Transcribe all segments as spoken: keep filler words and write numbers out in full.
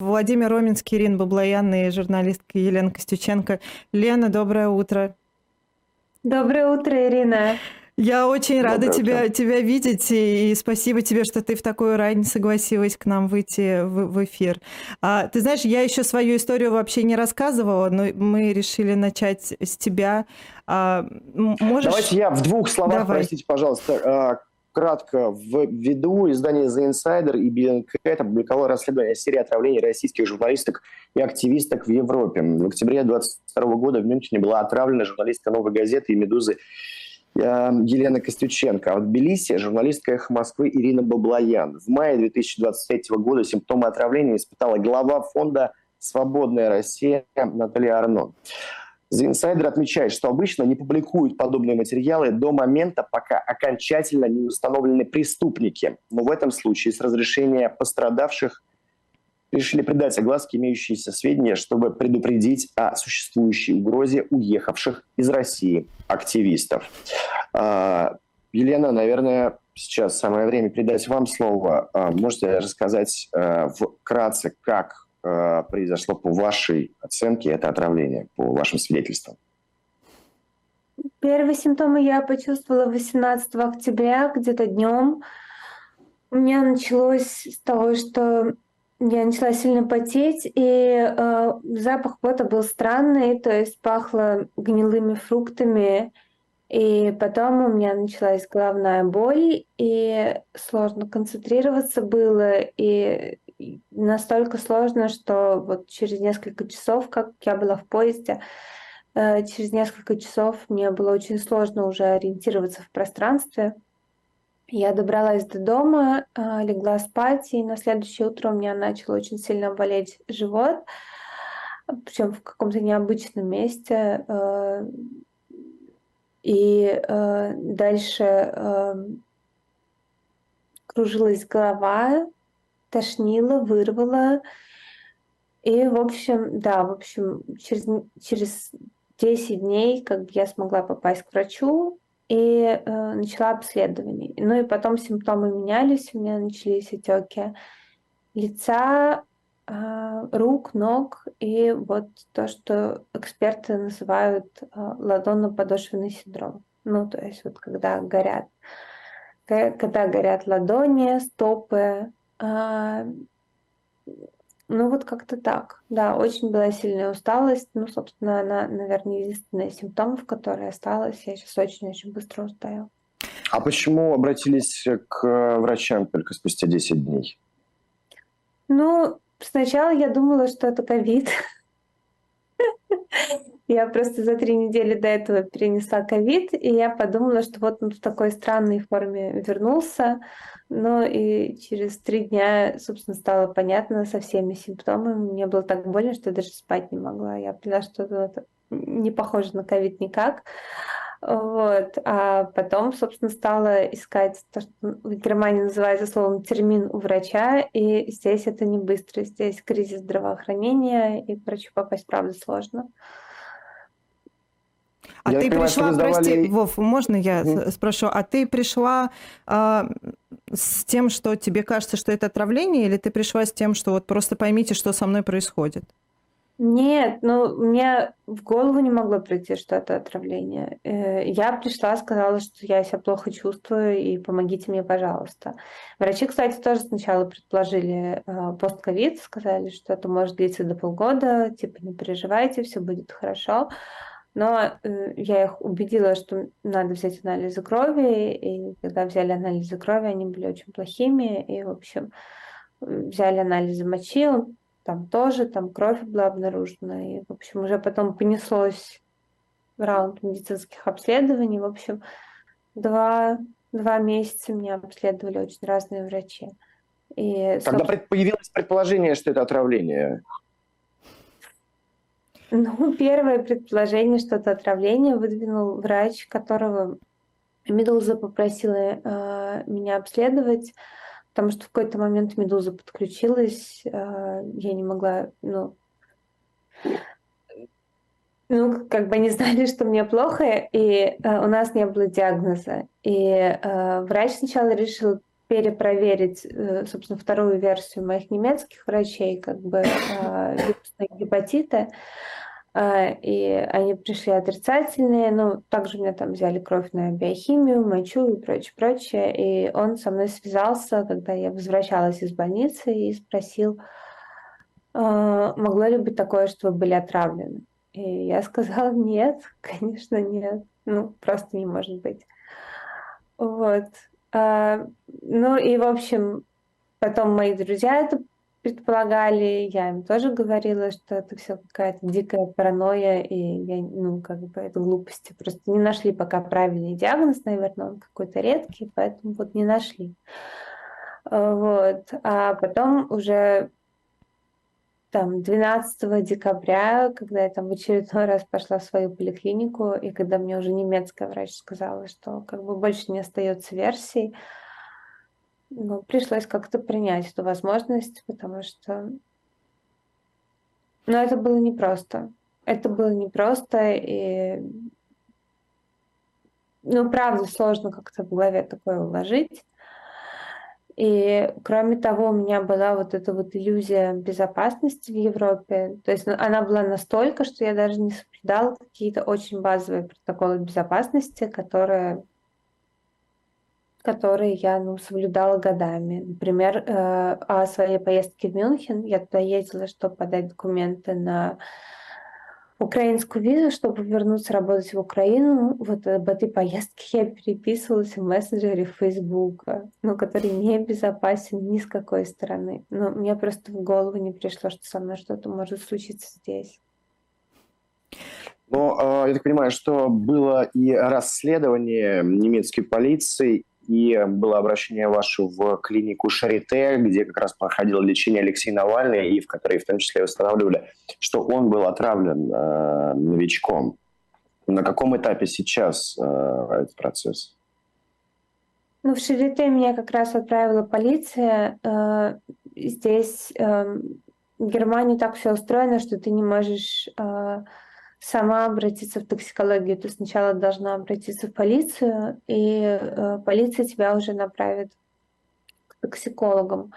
Владимир Роменский, Ирина Баблоян и журналистка Елена Костюченко. Лена, доброе утро. Доброе утро, Ирина. Я очень рада Доброе тебя, утро. тебя видеть, и, и спасибо тебе, что ты в такую рань согласилась к нам выйти в, в эфир. А, ты знаешь, я еще свою историю вообще не рассказывала, но мы решили начать с тебя. А, можешь... Давайте я в двух словах, Давай. простите, пожалуйста, кратко введу. Издание The Insider и Bellingcat опубликовало расследование серии отравлений российских журналисток и активисток в Европе. В октябре двадцать второго года в Мюнхене была отравлена журналистка «Новой газеты» и «Медузы» Елена Костюченко. А в Тбилиси журналистка «Эхо Москвы» Ирина Баблоян. В мае две тысячи двадцать третьего года симптомы отравления испытала глава фонда «Свободная Россия» Наталья Арно. The Insider отмечает, что обычно не публикуют подобные материалы до момента, пока окончательно не установлены преступники. Но в этом случае с разрешения пострадавших решили придать огласке имеющиеся сведения, чтобы предупредить о существующей угрозе уехавших из России активистов. Елена, наверное, сейчас самое время передать вам слово. Можете рассказать вкратце, как произошло по вашей оценке это отравление, по вашим свидетельствам? Первые симптомы я почувствовала восемнадцатого октября, где-то днем. У меня началось с того, что я начала сильно потеть, и э, запах пота был странный, то есть пахло гнилыми фруктами. И потом у меня началась головная боль, и сложно концентрироваться было, и настолько сложно, что вот через несколько часов, как я была в поезде, через несколько часов мне было очень сложно уже ориентироваться в пространстве. Я добралась до дома, легла спать, и на следующее утро у меня начал очень сильно болеть живот, причем в каком-то необычном месте. И э, дальше э, кружилась голова, тошнило, вырвало. И, в общем, да, в общем, через, через десять дней как бы я смогла попасть к врачу и э, начала обследование. Ну и потом симптомы менялись, у меня начались отеки лица, э, рук, ног и вот то, что эксперты называют э, ладонно-подошвенный синдром. Ну, то есть вот когда горят, когда горят ладони, стопы. Э, ну вот как-то так. Да, очень была сильная усталость. Ну, собственно, она, наверное, единственная из симптомов, которая осталась. Я сейчас очень-очень быстро устаю. А почему обратились к врачам только спустя десять дней? Ну, сначала я думала, что это ковид. Я просто за три недели до этого перенесла ковид, и я подумала, что вот он в такой странной форме вернулся. Но и через три дня, собственно, стало понятно со всеми симптомами. Мне было так больно, что я даже спать не могла. Я поняла, что это не похоже на ковид никак. Вот. А потом, собственно, стала искать то, что в Германии называется словом термин у врача, и здесь это не быстро. Здесь кризис здравоохранения, и к врачу попасть, правда, сложно. А я ты понимаю, пришла, сдавали... прости, Вов, можно я угу. спрошу, а ты пришла э, с тем, что тебе кажется, что это отравление, или ты пришла с тем, что вот просто поймите, что со мной происходит? Нет, ну, мне в голову не могло прийти, что это отравление. Я пришла, сказала, что я себя плохо чувствую, и помогите мне, пожалуйста. Врачи, кстати, тоже сначала предположили постковид, сказали, что это может длиться до полгода, типа не переживайте, все будет хорошо. Но я их убедила, что надо взять анализы крови, и когда взяли анализы крови, они были очень плохими, и, в общем, взяли анализы мочи, там тоже, там кровь была обнаружена, и, в общем, уже потом понеслось раунд медицинских обследований, в общем, два, два месяца меня обследовали очень разные врачи. И, Когда собственно... появилось предположение, что это отравление? Ну, первое предположение, что это отравление, выдвинул врач, которого Медуза попросила э, меня обследовать, потому что в какой-то момент Медуза подключилась, э, я не могла, ну, ну, как бы они знали, что мне плохо, и э, у нас не было диагноза. И э, врач сначала решил перепроверить, э, собственно, вторую версию моих немецких врачей, как бы э, вирусные гепатиты. Э, И они пришли отрицательные. Ну, также мне там взяли кровь на биохимию, мочу и прочее, прочее. И он со мной связался, когда я возвращалась из больницы, и спросил, э, могло ли быть такое, что вы были отравлены. И я сказала, нет, конечно, нет. Ну, просто не может быть. Вот. А, ну и, в общем, потом мои друзья это предполагали, я им тоже говорила, что это все какая-то дикая паранойя, и я, ну, как бы это глупости. Просто не нашли пока правильный диагноз, наверное, он какой-то редкий, поэтому вот не нашли. А, Вот. А потом уже там двенадцатого декабря, когда я там в очередной раз пошла в свою поликлинику, и когда мне уже немецкая врач сказала, что как бы больше не остается версий, ну, пришлось как-то принять эту возможность, потому что, ну, это было непросто. Это было непросто, и, ну, правда, сложно как-то в голове такое уложить. И, кроме того, у меня была вот эта вот иллюзия безопасности в Европе. То есть ну, она была настолько, что я даже не соблюдала какие-то очень базовые протоколы безопасности, которые, которые я, ну, соблюдала годами. Например, э, о своей поездке в Мюнхен. Я туда ездила, чтобы подать документы на украинскую визу, чтобы вернуться работать в Украину. Вот об этой поездке я переписывалась в мессенджере Фейсбука, ну, который не безопасен ни с какой стороны. Но мне просто в голову не пришло, что со мной что-то может случиться здесь. Но э, я так понимаю, что было и расследование немецкой полиции, и было обращение ваше в клинику Шарите, где как раз проходило лечение Алексея Навального, и в которой в том числе устанавливали, что он был отравлен э, новичком. На каком этапе сейчас э, этот процесс? Ну, в Шарите меня как раз отправила полиция. Э, Здесь э, в Германии так все устроено, что ты не можешь э, сама обратиться в токсикологию. Ты сначала должна обратиться в полицию, и э, полиция тебя уже направит к токсикологам.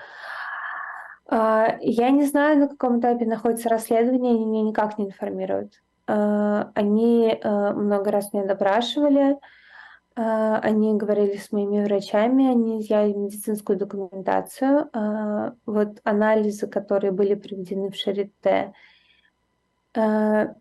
А, Я не знаю, на каком этапе находится расследование, они меня никак не информируют. А, Они э, много раз меня допрашивали, а, они говорили с моими врачами, они изъяли медицинскую документацию. А, Вот анализы, которые были проведены в Шарите, а,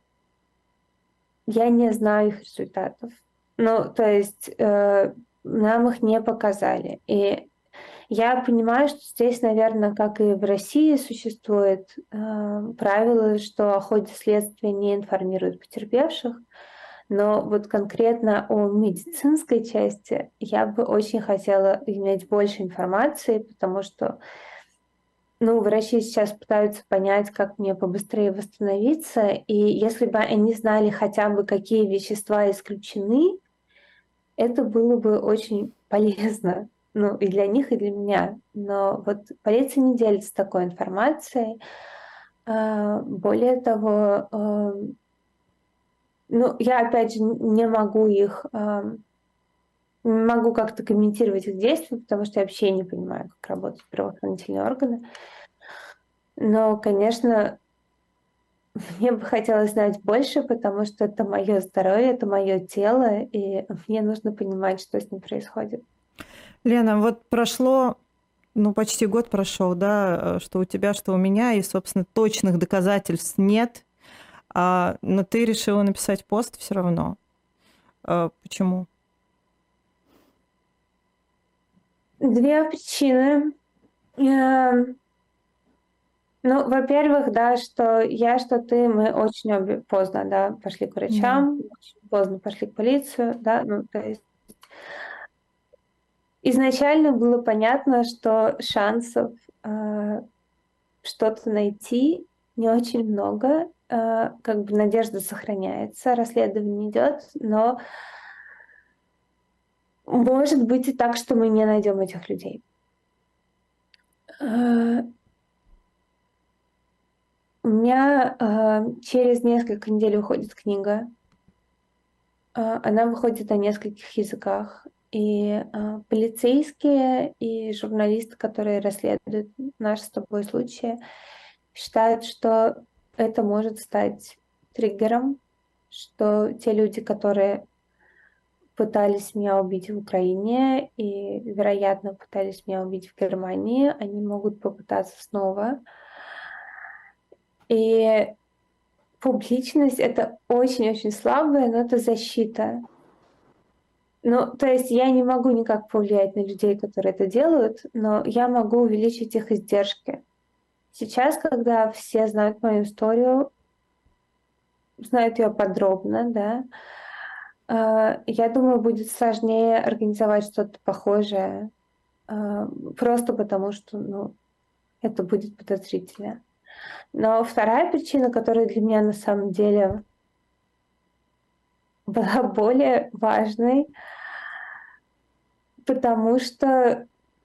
я не знаю их результатов. Ну, то есть э, нам их не показали. И я понимаю, что здесь, наверное, как и в России, существует э, правило, что о ходе следствия не информируют потерпевших. Но вот конкретно о медицинской части я бы очень хотела иметь больше информации, потому что ну, врачи сейчас пытаются понять, как мне побыстрее восстановиться. И если бы они знали хотя бы, какие вещества исключены, это было бы очень полезно. Ну, и для них, и для меня. Но вот полиция не делится такой информацией. А, Более того, а, ну, я опять же не могу их, а, не могу как-то комментировать их действия, потому что я вообще не понимаю, как работают правоохранительные органы. Но, конечно, мне бы хотелось знать больше, потому что это мое здоровье, это мое тело, и мне нужно понимать, что с ним происходит. Лена, вот прошло, ну, почти год прошел, да, что у тебя, что у меня, и, собственно, точных доказательств нет, а, но ты решила написать пост все равно. А, почему? Две причины. Эм, Ну, во-первых, да, что я, что ты, мы очень обе поздно, да, пошли к Да. врачам, очень поздно пошли в полицию, да, ну, то есть изначально было понятно, что шансов э, что-то найти не очень много, э, как бы надежда сохраняется, расследование идет, но может быть и так, что мы не найдем этих людей. Э, У меня э, через несколько недель уходит книга. Э, Она выходит на нескольких языках. И э, полицейские, и журналисты, которые расследуют наши с тобой случаи, считают, что это может стать триггером, что те люди, которые пытались меня убить в Украине и, вероятно, пытались меня убить в Германии, они могут попытаться снова. И публичность — это очень-очень слабая, но это защита. Ну, то есть я не могу никак повлиять на людей, которые это делают, но я могу увеличить их издержки. Сейчас, когда все знают мою историю, знают ее подробно, да, э, я думаю, будет сложнее организовать что-то похожее, э, просто потому что, ну, это будет подозрительно. Но вторая причина, которая для меня на самом деле была более важной, потому что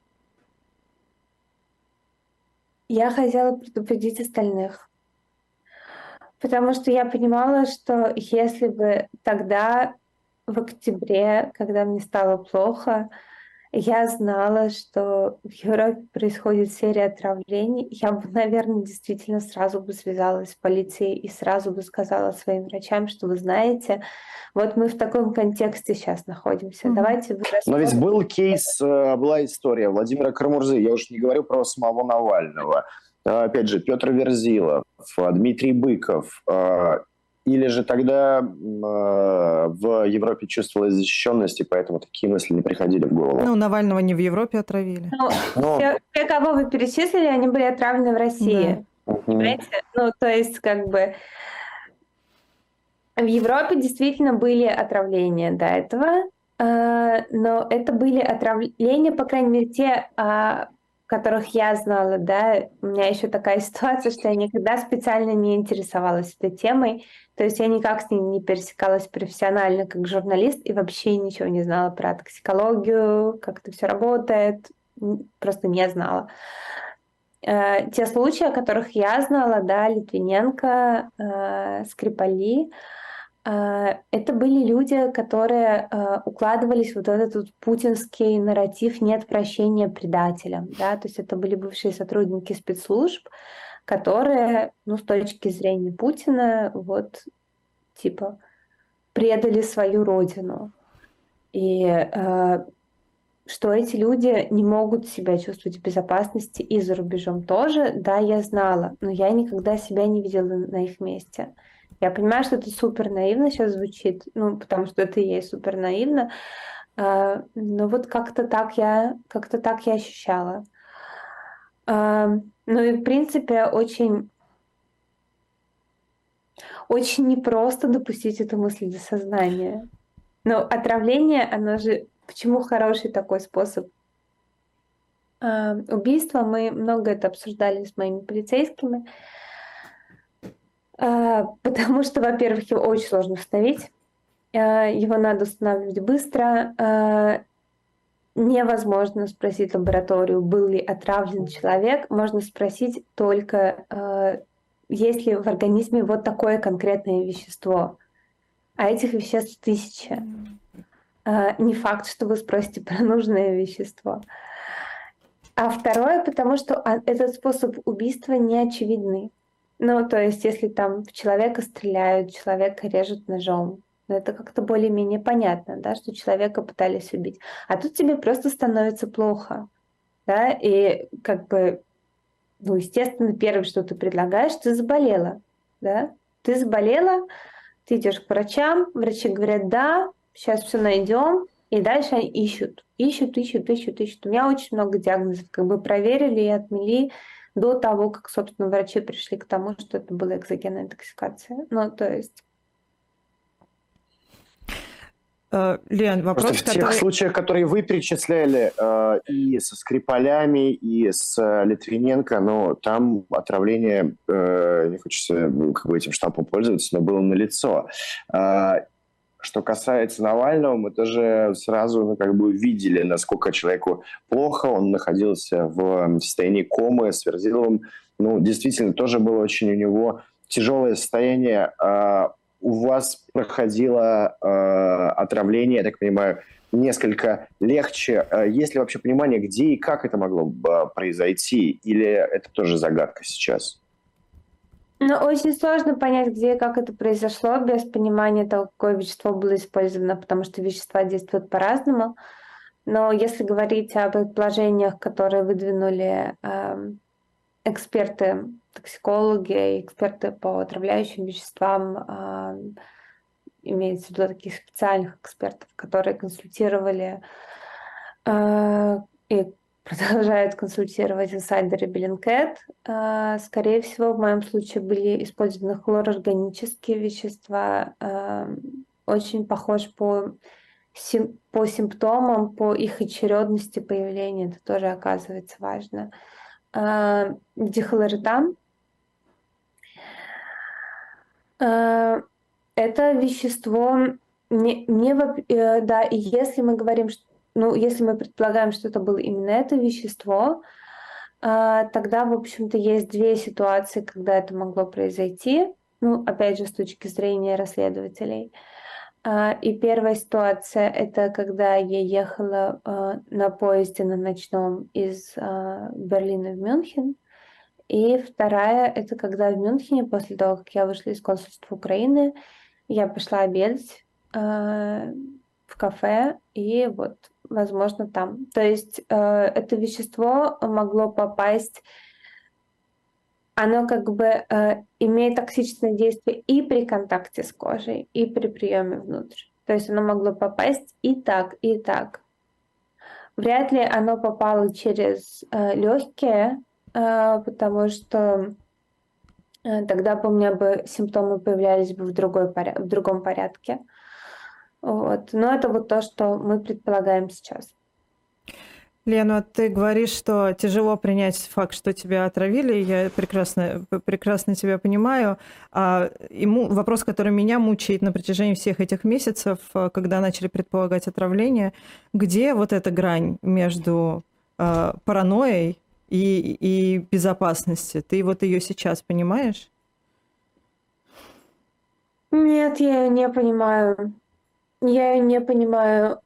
я хотела предупредить остальных. Потому что я понимала, что если бы тогда, в октябре, когда мне стало плохо, я знала, что в Европе происходит серия отравлений, я бы, наверное, действительно сразу бы связалась с полицией и сразу бы сказала своим врачам, что вы знаете, вот мы в таком контексте сейчас находимся. Мгм. Давайте вы Но ведь рассмотрите. был кейс, э, была история Владимира Карамурзы, я уж не говорю про самого Навального. Э, Опять же, Петр Верзилов, э, Дмитрий Быков. э, Или же тогда м, э, в Европе чувствовалась защищенность, и поэтому такие мысли не приходили в голову. Ну, Навального не в Европе отравили. Ну, Но, все, все, кого вы перечислили, они были отравлены в России. мгм. Понимаете? Ну, то есть, как бы, в Европе действительно были отравления до этого, э, но это были отравления, по крайней мере, те, о которых я знала, да. У меня еще такая ситуация, что я никогда специально не интересовалась этой темой, то есть я никак с ней не пересекалась профессионально как журналист и вообще ничего не знала про токсикологию, как это все работает, н- просто не знала. Э, Те случаи, о которых я знала, да, Литвиненко, э, Скрипали, а, это были люди, которые а, укладывались в вот этот вот путинский нарратив «нет прощения предателям». Да? То есть это были бывшие сотрудники спецслужб, которые, ну, с точки зрения Путина, вот, типа, предали свою родину. И а, что эти люди не могут себя чувствовать в безопасности и за рубежом тоже, да, я знала, но я никогда себя не видела на их месте. Я понимаю, что это супер наивно сейчас звучит, ну, потому что это и есть супер наивно, а, но вот как-то так я, как-то так я ощущала. А, ну и в принципе очень, очень непросто допустить эту мысль до сознания. Но отравление, оно же, почему хороший такой способ а, убийства? Мы много это обсуждали с моими полицейскими, а, потому что, во-первых, его очень сложно установить, а, его надо устанавливать быстро, а, невозможно спросить лабораторию, был ли отравлен человек, можно спросить только, а, есть ли в организме вот такое конкретное вещество, а этих веществ тысяча. А, Не факт, что вы спросите про нужное вещество. А второе, потому что а, этот способ убийства не очевидный. Ну, то есть, если там в человека стреляют, человека режут ножом, ну, это как-то более-менее понятно, да, что человека пытались убить. А тут тебе просто становится плохо, да, и как бы, ну, естественно, первое, что ты предлагаешь, ты заболела, да, ты заболела, ты идешь к врачам, врачи говорят, да, сейчас все найдем, и дальше они ищут, ищут, ищут, ищут, ищут. У меня очень много диагнозов как бы проверили и отмели до того, как, собственно, врачи пришли к тому, что это была экзогенная интоксикация. Ну, то есть... Э, Лен, вопрос, Просто в тех который... случаях, которые вы перечисляли, э, и со Скрипалями, и с э, Литвиненко, ну, там отравление, э, не хочется ну, как бы этим штампом пользоваться, но было налицо. Э, Что касается Навального, мы тоже сразу ну, как бы видели, насколько человеку плохо. Он находился в состоянии комы с Верзиловым. Ну, действительно, тоже было очень у него тяжелое состояние. у вас проходило э, отравление, я так понимаю, несколько легче. Есть ли вообще понимание, где и как это могло бы произойти? Или это тоже загадка сейчас? Ну, очень сложно понять, где и как это произошло, без понимания того, какое вещество было использовано, потому что вещества действуют по-разному. Но если говорить о предположениях, которые выдвинули э, эксперты, токсикологи, эксперты по отравляющим веществам, э, имеется в виду таких специальных экспертов, которые консультировали э, и продолжают консультировать инсайдеры Bellingcat. Э, скорее всего, в моем случае были использованы хлорорганические вещества, э, очень похож по, сим, по симптомам, по их очередности появления. Это тоже оказывается важно. Э, дихлоретан. Э, это вещество не, не э, да, и если мы говорим, что Ну, если мы предполагаем, что это было именно это вещество, тогда, в общем-то, есть две ситуации, когда это могло произойти. Ну, опять же, с точки зрения расследователей. И первая ситуация — это когда я ехала на поезде на ночном из Берлина в Мюнхен. И вторая — это когда в Мюнхене, после того, как я вышла из консульства Украины, я пошла обедать в кафе, и вот, возможно, там. То есть э, это вещество могло попасть, оно как бы э, имеет токсичное действие и при контакте с кожей, и при приеме внутрь. То есть оно могло попасть и так, и так. Вряд ли оно попало через э, легкие, э, потому что э, тогда бы у меня бы симптомы появлялись бы в, другой поря- в другом порядке. Вот. Но это вот то, что мы предполагаем сейчас. Лена, ты говоришь, что тяжело принять факт, что тебя отравили. Я прекрасно, прекрасно тебя понимаю. А ему, вопрос, который меня мучает на протяжении всех этих месяцев, когда начали предполагать отравление, где вот эта грань между э, паранойей и, и безопасностью? Ты вот ее сейчас понимаешь? Нет, я ее не понимаю. Я ее не понимаю.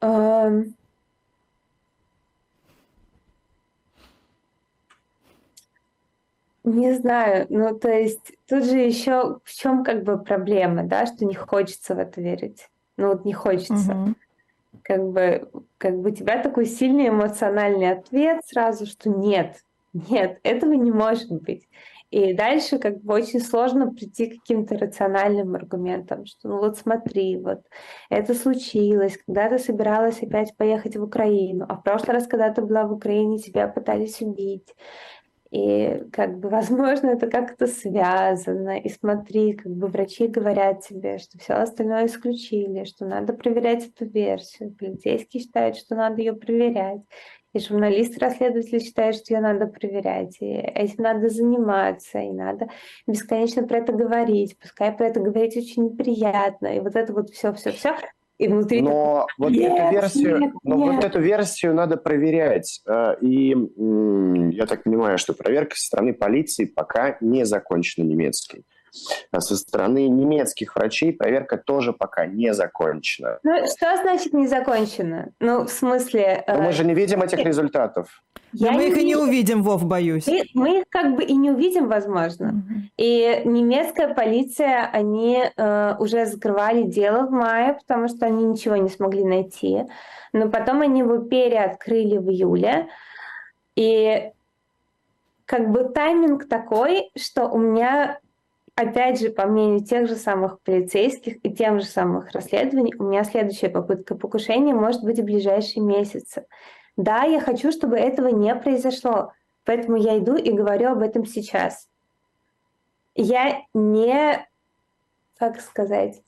Не знаю, ну то есть тут же еще в чем как бы проблема, да, что не хочется в это верить. Ну вот не хочется. Угу. Как бы, как бы у тебя такой сильный эмоциональный ответ сразу, что нет, нет, этого не может быть. И дальше как бы очень сложно прийти к каким-то рациональным аргументам, что ну вот смотри, вот это случилось, когда ты собиралась опять поехать в Украину, а в прошлый раз, когда ты была в Украине, тебя пытались убить. И как бы, возможно, это как-то связано. И смотри, как бы врачи говорят тебе, что все остальное исключили, что надо проверять эту версию. Полицейские считают, что надо ее проверять. И журналисты, расследователи считают, что ее надо проверять. И этим надо заниматься, и надо бесконечно про это говорить. Пускай про это говорить очень неприятно. И вот это вот все-все-все. И внутри но так, вот нет, эту версию, нет, но нет. вот эту версию надо проверять. И я так понимаю, что проверка со стороны полиции пока не закончена немецкой. А со стороны немецких врачей проверка тоже пока не закончена. Ну, что значит не закончено? Ну, в смысле... Но мы э, же не видим этих результатов. Да мы их и не увидим, Вов, боюсь. Мы, мы их как бы и не увидим, возможно. Мгм. И немецкая полиция, они э, уже закрывали дело в мае, потому что они ничего не смогли найти. Но потом они его переоткрыли в июле. И как бы тайминг такой, что у меня, опять же, по мнению тех же самых полицейских и тем же самых расследований, у меня следующая попытка покушения может быть в ближайшие месяцы. Да, я хочу, чтобы этого не произошло, поэтому я иду и говорю об этом сейчас. Я не, как сказать...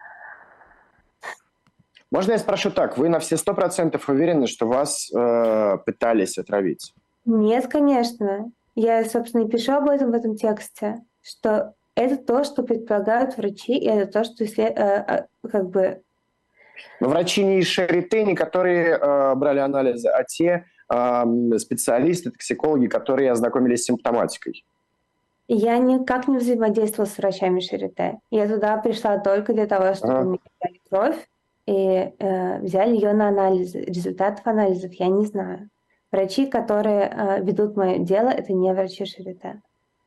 Можно я спрошу так? Вы на все сто процентов уверены, что вас э, пытались отравить? Нет, конечно. Я, собственно, и пишу об этом в этом тексте, что это то, что предполагают врачи, и это то, что если, э, э, как бы... Но врачи не из Шарите, не которые э, брали анализы, а те э, специалисты, токсикологи, которые ознакомились с симптоматикой. Я никак не взаимодействовала с врачами Шарите. Я туда пришла только для того, чтобы Ага. мне взяли кровь и э, взяли ее на анализ. Результатов анализов я не знаю. Врачи, которые э, ведут мое дело, это не врачи Шарите.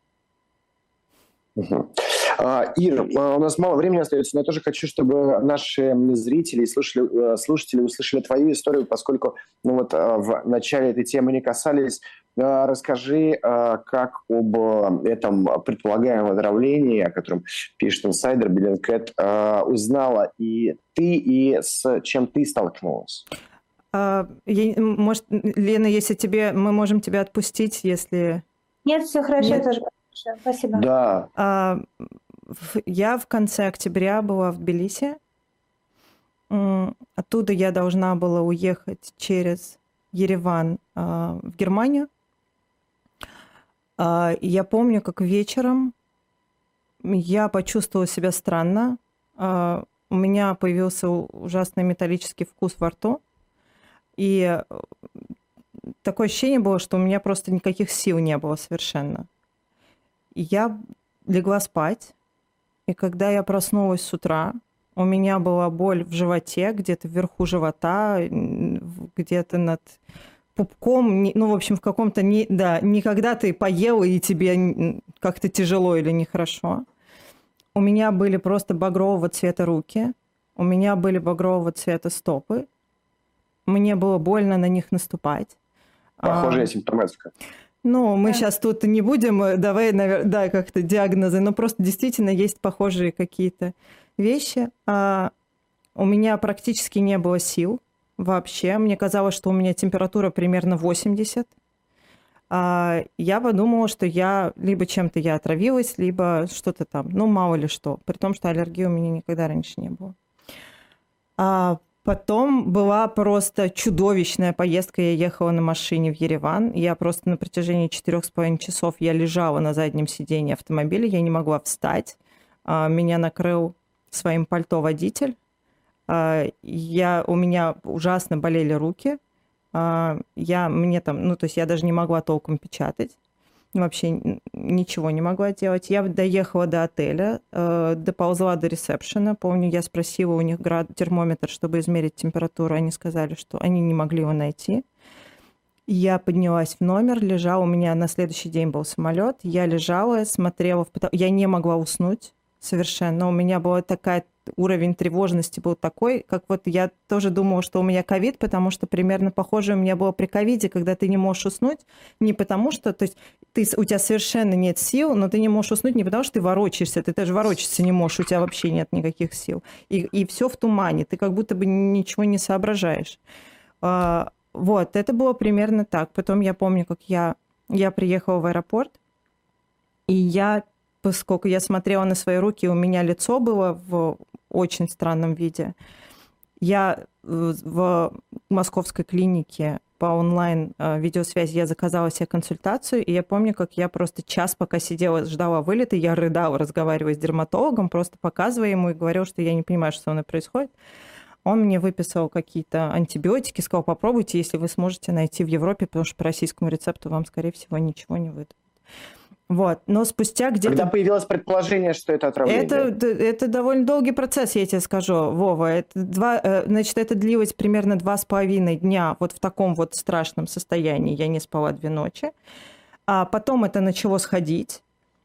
Угу. А, Ир, а, у нас мало времени остается, но я тоже хочу, чтобы наши зрители и слушатели, слушатели услышали твою историю, поскольку ну вот, в начале этой темы не касались. Расскажи, как об этом предполагаемом отравлении, о котором пишет инсайдер Bellingcat, узнала и ты, и с чем ты столкнулась? А, я, может, Лена, если тебе, мы можем тебя отпустить, если... Нет, все хорошо, Нет? я тоже хорошо. Спасибо. Да. А, я в конце октября была в Тбилиси. Оттуда я должна была уехать через Ереван а, в Германию. А, я помню, как вечером я почувствовала себя странно. А, у меня появился ужасный металлический вкус во рту. И такое ощущение было, что у меня просто никаких сил не было совершенно. И я легла спать, и когда я проснулась с утра, у меня была боль в животе, где-то вверху живота, где-то над пупком, ну, в общем, в каком-то... Не, да, никогда ты поела, и тебе как-то тяжело или нехорошо. У меня были просто багрового цвета руки, у меня были багрового цвета стопы, мне было больно на них наступать. Похожая а, симптоматика. Ну, мы Да. сейчас тут не будем, давай, наверное, да, как-то диагнозы, но просто действительно есть похожие какие-то вещи. А, у меня практически не было сил вообще. Мне казалось, что у меня температура примерно восемьдесят. А, я подумала, что я либо чем-то я отравилась, либо что-то там, ну, мало ли что. При том, что аллергии у меня никогда раньше не было. А, Потом была просто чудовищная поездка. Я ехала на машине в Ереван. Я просто на протяжении четырех с половиной часов я лежала на заднем сидении автомобиля. Я не могла встать. Меня накрыл своим пальто водитель. Я, у меня ужасно болели руки. Я, мне там, ну, то есть я даже не могла толком печатать. Вообще ничего не могла делать. Я доехала до отеля, э, доползла до ресепшена. Помню, я спросила у них град... термометр, чтобы измерить температуру. Они сказали, что они не могли его найти. Я поднялась в номер, лежала. У меня на следующий день был самолет. Я лежала, смотрела в потолок. Я не могла уснуть совершенно. У меня была такая... Уровень тревожности был такой, как вот я тоже думала, что у меня ковид, потому что примерно похоже у меня было при ковиде, когда ты не можешь уснуть, не потому что, то есть ты, у тебя совершенно нет сил, но ты не можешь уснуть не потому, что ты ворочаешься, ты даже ворочаться не можешь, у тебя вообще нет никаких сил. И, и все в тумане, ты как будто бы ничего не соображаешь. А, вот, это было примерно так. Потом я помню, как я, я приехала в аэропорт, и я... Поскольку я смотрела на свои руки, у меня лицо было в очень странном виде. Я в московской клинике по онлайн-видеосвязи я заказала себе консультацию, и я помню, как я просто час, пока сидела, ждала вылета, я рыдала, разговаривая с дерматологом, просто показывая ему и говорила, что я не понимаю, что со мной происходит. Он мне выписал какие-то антибиотики, сказал, попробуйте, если вы сможете найти в Европе, потому что по российскому рецепту вам, скорее всего, ничего не выдадут. Вот. Но спустя где-то... Когда появилось предположение, что это отравление? Это, это довольно долгий процесс, я тебе скажу, Вова. Это два, значит, это длилось примерно два с половиной дня вот в таком вот страшном состоянии. Я не спала две ночи. А потом это начало сходить.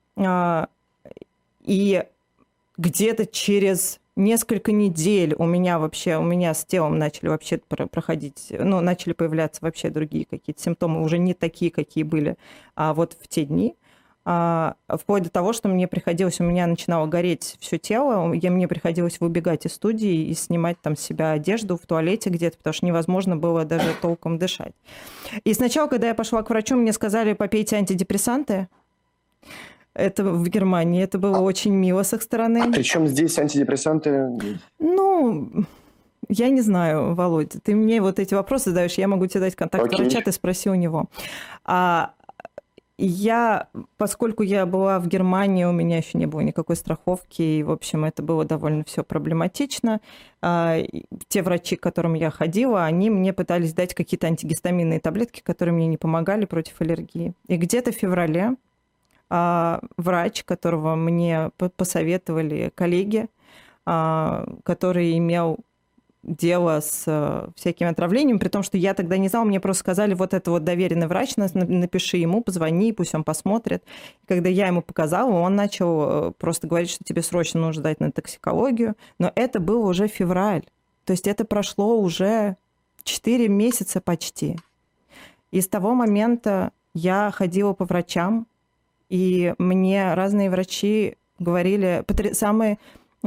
И где-то через несколько недель у меня вообще, у меня с телом начали вообще проходить, ну, начали появляться вообще другие какие-то симптомы, уже не такие, какие были а вот в те дни. А, вплоть до того, что мне приходилось, у меня начинало гореть все тело, я, мне приходилось выбегать из студии и снимать там с себя одежду в туалете где-то, потому что невозможно было даже толком дышать. И сначала, когда я пошла к врачу, мне сказали, попейте антидепрессанты. Это в Германии, это было очень мило с их стороны. А причем здесь антидепрессанты? Ну, я не знаю, Володя, ты мне вот эти вопросы задаешь, я могу тебе дать контакт Окей. врача, ты спроси у него. А я, поскольку я была в Германии, у меня еще не было никакой страховки, и, в общем, это было довольно все проблематично. Те врачи, к которым я ходила, они мне пытались дать какие-то антигистаминные таблетки, которые мне не помогали против аллергии. И где-то в феврале а, врач, которого мне посоветовали коллеги, а, который имел дело с а, всякими отравлениями, при том, что я тогда не знала, мне просто сказали, вот это вот доверенный врач, напиши ему, позвони, пусть он посмотрит. И когда я ему показала, он начал просто говорить, что тебе срочно нужно сдать на токсикологию, но это был уже февраль, то есть это прошло уже четыре месяца почти. И с того момента я ходила по врачам, и мне разные врачи говорили, самые...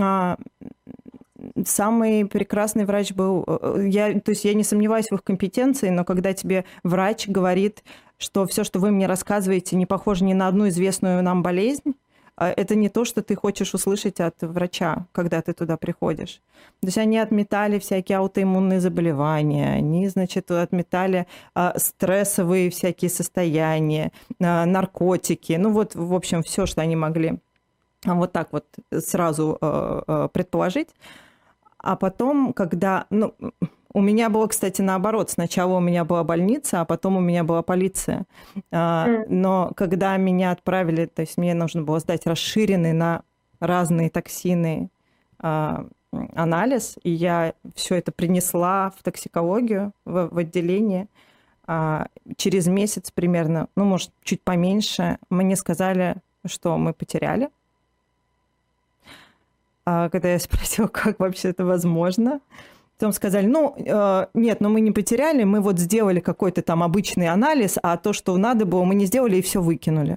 Самый прекрасный врач был, я, то есть я не сомневаюсь в их компетенции, но когда тебе врач говорит, что все, что вы мне рассказываете, не похоже ни на одну известную нам болезнь, это не то, что ты хочешь услышать от врача, когда ты туда приходишь. То есть они отметали всякие аутоиммунные заболевания, они, значит, отметали а, стрессовые всякие состояния, а, наркотики, ну вот, в общем, все, что они могли вот так вот сразу а, а, предположить. А потом, когда... Ну, у меня было, кстати, наоборот. Сначала у меня была больница, а потом у меня была полиция. Mm. Но когда меня отправили, то есть мне нужно было сдать расширенный на разные токсины анализ, и я все это принесла в токсикологию, в, в отделение. Через месяц примерно, ну, может, чуть поменьше, мне сказали, что мы потеряли. Когда я спросила, как вообще это возможно, потом сказали, ну, э, нет, ну мы не потеряли, мы вот сделали какой-то там обычный анализ, а то, что надо было, мы не сделали и все выкинули.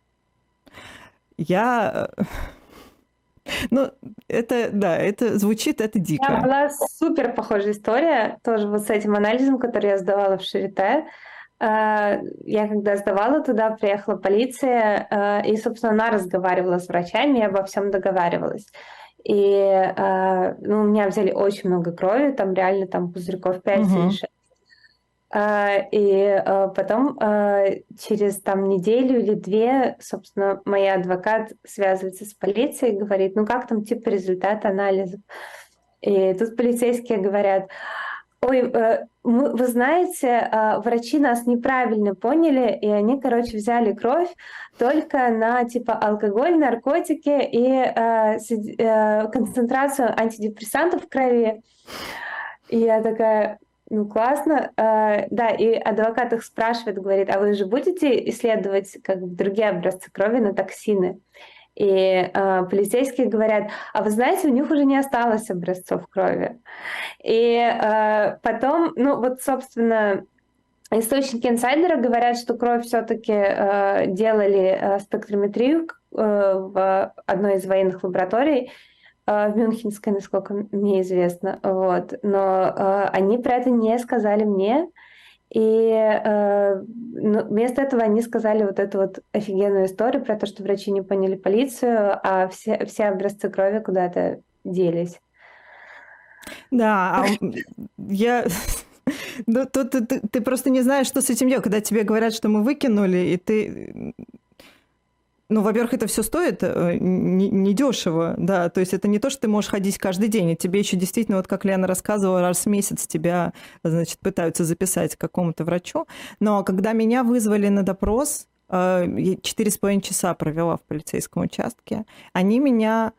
Я... Ну, это, да, это звучит, это дико. У меня была супер похожая история, тоже вот с этим анализом, который я сдавала в Шарите. Я когда сдавала туда, приехала полиция, и, собственно, она разговаривала с врачами и обо всем договаривалась. И ну, у меня взяли очень много крови, там реально там пузырьков пять угу. или шесть. И потом через там неделю или две, собственно, моя адвокат связывается с полицией и говорит, ну как там типа результат анализов? И тут полицейские говорят, ой, вы знаете, врачи нас неправильно поняли, и они, короче, взяли кровь только на типа алкоголь, наркотики и концентрацию антидепрессантов в крови. И я такая, ну классно. Да, и адвокат их спрашивает, говорит, а вы же будете исследовать как бы другие образцы крови на токсины? И э, полицейские говорят, а вы знаете, у них уже не осталось образцов крови. И э, потом, ну вот, собственно, источники инсайдера говорят, что кровь все-таки э, делали э, спектрометрию э, в одной из военных лабораторий, э, в Мюнхенской, насколько мне известно. Вот. Но э, они про это не сказали мне. И э, ну, вместо этого они сказали вот эту вот офигенную историю про то, что врачи не поняли полицию, а все, все образцы крови куда-то делись. Да, а я... Ну, тут ты, ты, ты просто не знаешь, что с этим делать, когда тебе говорят, что мы выкинули, и ты... Ну, во-первых, это все стоит недешево, не да, то есть это не то, что ты можешь ходить каждый день, и тебе еще действительно, вот как Лена рассказывала, раз в месяц тебя, значит, пытаются записать к какому-то врачу, но когда меня вызвали на допрос, четыре с половиной часа провела в полицейском участке, они меня,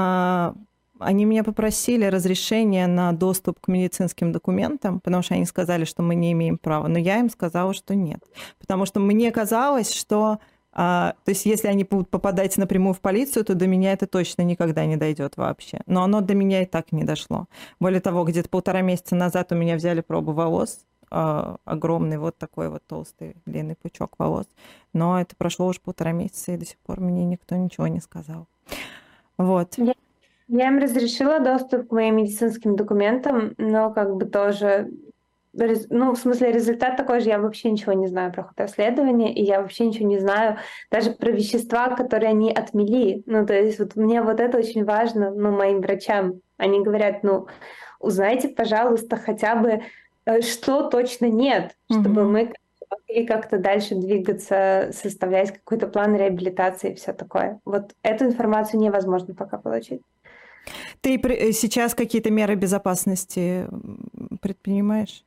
они меня попросили разрешения на доступ к медицинским документам, потому что они сказали, что мы не имеем права, но я им сказала, что нет, потому что мне казалось, что... А, то есть если они будут попадать напрямую в полицию, то до меня это точно никогда не дойдет вообще. Но оно до меня и так не дошло. Более того, где-то полтора месяца назад у меня взяли пробу волос, а, огромный вот такой вот толстый длинный пучок волос. Но это прошло уже полтора месяца, и до сих пор мне никто ничего не сказал. Вот. Я, я им разрешила доступ к моим медицинским документам, но как бы тоже... Ну, в смысле, результат такой же, я вообще ничего не знаю про ход расследования, и я вообще ничего не знаю даже про вещества, которые они отмели. Ну, то есть вот мне вот это очень важно, ну, моим врачам. Они говорят, ну, узнайте, пожалуйста, хотя бы, что точно нет, чтобы mm-hmm. мы могли как-то дальше двигаться, составлять какой-то план реабилитации и все такое. Вот эту информацию невозможно пока получить. Ты сейчас какие-то меры безопасности предпринимаешь?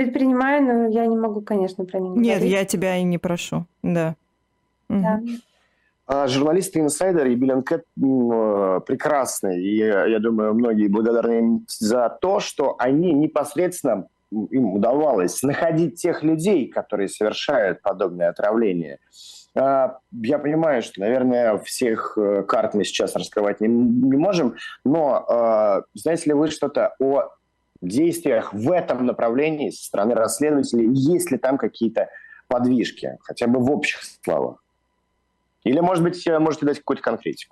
Предпринимаю, но я не могу, конечно, про них говорить. Нет, я тебя и не прошу, да. Да. А журналисты Insider и Bellingcat м, прекрасны. И я думаю, многие благодарны им за то, что они непосредственно, им удавалось находить тех людей, которые совершают подобное отравление. А, Я понимаю, что, наверное, всех э, карт мы сейчас раскрывать не, не можем, но э, знаете ли вы что-то о действиях в этом направлении со стороны расследователей? Есть ли там какие-то подвижки, хотя бы в общих словах? Или, может быть, можете дать какую-то конкретику?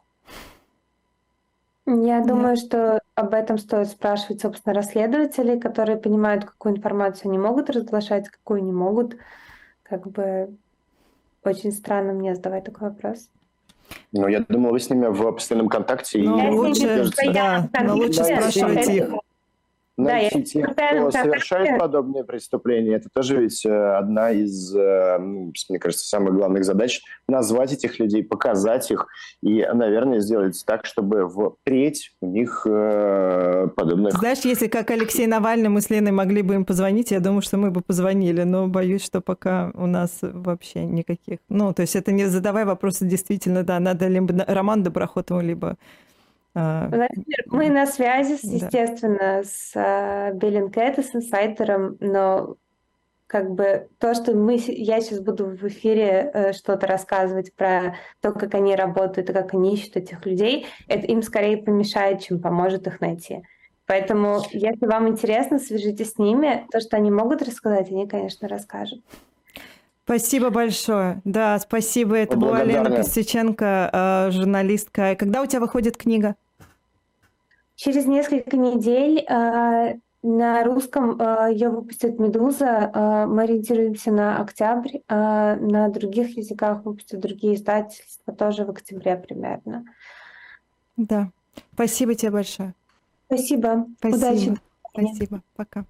Я думаю, что об этом стоит спрашивать, собственно, расследователей, которые понимают, какую информацию они могут разглашать, какую не могут. Как бы очень странно мне задавать такой вопрос. Ну, я думаю, вы с ними в постоянном контакте. Ну, и, лучше, кажется, да, но лучше спрашивать их. найти Да, тех, я кто совершает подобные преступления, это тоже ведь одна из, мне кажется, самых главных задач – назвать этих людей, показать их и, наверное, сделать так, чтобы впредь у них подобных... Знаешь, если как Алексей Навальный, мы с Леной могли бы им позвонить, я думаю, что мы бы позвонили, но боюсь, что пока у нас вообще никаких... Ну, то есть это не задавай вопросы, действительно, да, надо либо Роману Доброхотову, либо... Мы на связи, естественно, с Bellingcat и с инсайдером, но как бы то, что мы, я сейчас буду в эфире что-то рассказывать про то, как они работают и как они ищут этих людей, это им скорее помешает, чем поможет их найти. Поэтому, если вам интересно, свяжитесь с ними. То, что они могут рассказать, они, конечно, расскажут. Спасибо большое. Да, спасибо. Это была Лена Костюченко, журналистка. Когда у тебя выходит книга? Через несколько недель э, на русском э, ее выпустит «Медуза». Э, мы ориентируемся на октябрь. Э, на других языках выпустят другие издательства тоже в октябре примерно. Да. Спасибо тебе большое. Спасибо. Спасибо. Удачи. Спасибо. Пока.